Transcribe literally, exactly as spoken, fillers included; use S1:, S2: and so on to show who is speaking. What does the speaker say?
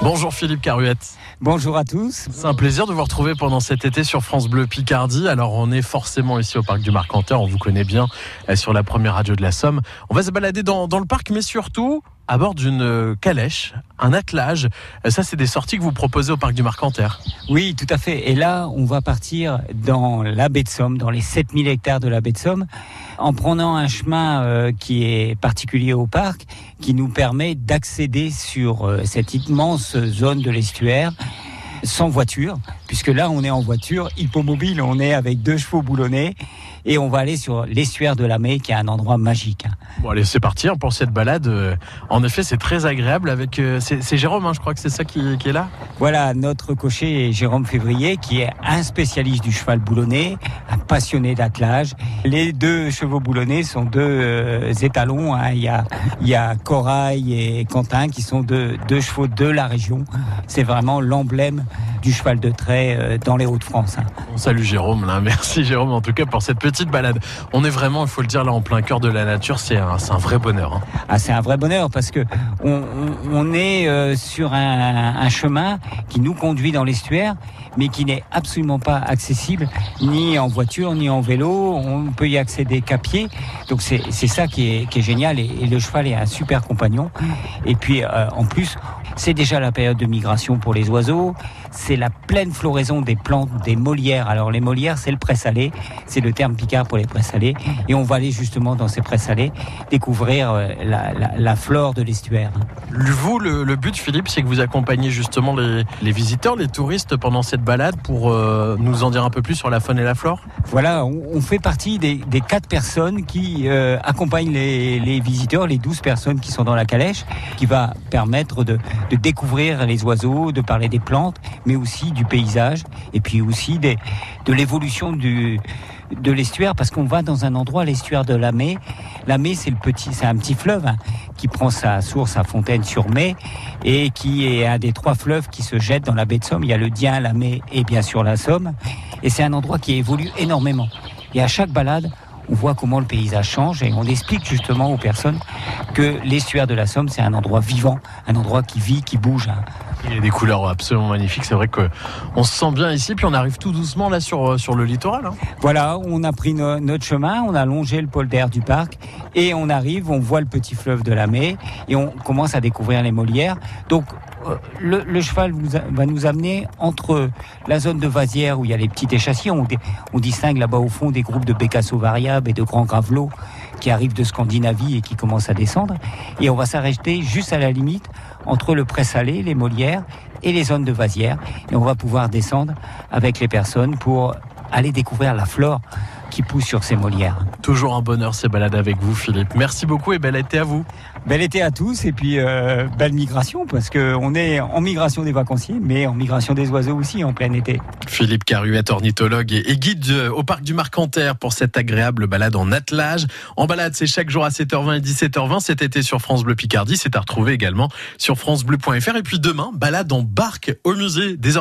S1: Bonjour Philippe Caruette.
S2: Bonjour à tous.
S1: C'est un plaisir de vous retrouver pendant cet été sur France Bleu Picardie. Alors on est forcément ici au parc du Marcanterre, on vous connaît bien sur la première radio de la Somme. On va se balader dans, dans le parc, mais surtout à bord d'une calèche, un attelage. Ça, c'est des sorties que vous proposez au parc du Marcanterre.
S2: Oui, tout à fait. Et là, on va partir dans la baie de Somme, dans les sept mille hectares de la baie de Somme, en prenant un chemin euh, qui est particulier au parc, qui nous permet d'accéder sur euh, cette immense zone de l'estuaire sans voiture, puisque là, on est en voiture hippomobile, on est avec deux chevaux boulonnais, et on va aller sur l'estuaire de la Mai, qui est un endroit magique.
S1: Bon, allez, c'est parti hein, pour cette balade. Euh, en effet, c'est très agréable. Avec, euh, c'est, c'est Jérôme, hein, je crois que c'est ça qui, qui est là.
S2: Voilà, notre cocher est Jérôme Février, qui est un spécialiste du cheval boulonné, un passionné d'attelage. Les deux chevaux boulonnés sont deux euh, étalons. Hein. Il y a, il y a Corail et Quentin, qui sont deux, deux chevaux de la région. C'est vraiment l'emblème du cheval de trait euh, dans les Hauts-de-France. Hein.
S1: Bon, salut Jérôme, là. Merci Jérôme en tout cas pour cette petite balade. On est vraiment, il faut le dire, là en plein cœur de la nature. C'est un, c'est un vrai bonheur. Hein.
S2: Ah, c'est un vrai bonheur parce que on, on, on est euh, sur un, un chemin qui nous conduit dans l'estuaire, mais qui n'est absolument pas accessible ni en voiture ni en vélo. On peut y accéder qu'à pied. Donc c'est, c'est ça qui est, qui est génial. Et, et le cheval est un super compagnon. Et puis euh, en plus, c'est déjà la période de migration pour les oiseaux. C'est la pleine floraison des plantes, des molières. Alors les molières, c'est le pré-salé. C'est le terme picard pour les pré-salés. Et on va aller justement dans ces pré-salés découvrir la, la, la flore de l'estuaire.
S1: Vous, le, le but, Philippe, c'est que vous accompagnez justement les, les visiteurs, les touristes pendant cette balade pour euh, nous en dire un peu plus sur la faune et la flore.
S2: Voilà, on, on fait partie des, des quatre personnes qui euh, accompagnent les, les visiteurs, les douze personnes qui sont dans la calèche, qui va permettre de, de découvrir les oiseaux, de parler des plantes, mais aussi du paysage, et puis aussi des, de l'évolution du, de l'estuaire, parce qu'on va dans un endroit, l'estuaire de la Mai. La Mai, c'est, le petit, c'est un petit fleuve hein, qui prend sa source à Fontaine-sur-Mai, et qui est un des trois fleuves qui se jettent dans la baie de Somme. Il y a le Dien, la Mai et bien sûr la Somme, et c'est un endroit qui évolue énormément. Et à chaque balade, on voit comment le paysage change, et on explique justement aux personnes que l'estuaire de la Somme, c'est un endroit vivant, un endroit qui vit, qui bouge. Hein.
S1: Il y a des couleurs absolument magnifiques. C'est vrai qu'on se sent bien ici. Puis on arrive tout doucement là sur, sur le littoral. Hein.
S2: Voilà, on a pris no, notre chemin, on a longé le polder du parc et on arrive, on voit le petit fleuve de la Mai et on commence à découvrir les molières. Donc euh, le, le cheval vous a, va nous amener entre la zone de vasière où il y a les petits échassiers. On, on distingue là-bas au fond des groupes de bécassos variables et de grands gravelots qui arrivent de Scandinavie et qui commencent à descendre. Et on va s'arrêter juste à la limite entre le pré-salé, les molières et les zones de vasière. Et on va pouvoir descendre avec les personnes pour aller découvrir la flore qui pousse sur ces molières.
S1: Toujours un bonheur ces balades avec vous, Philippe. Merci beaucoup et bel été à vous.
S2: Bel été à tous et puis euh, belle migration, parce qu'on est en migration des vacanciers, mais en migration des oiseaux aussi en plein été.
S1: Philippe Caruette, ornithologue et guide au parc du Marcanterre pour cette agréable balade en attelage. En balade, c'est chaque jour à sept heures vingt et dix-sept heures vingt cet été sur France Bleu Picardie. C'est à retrouver également sur francebleu point f r. Et puis demain, balade en barque au musée des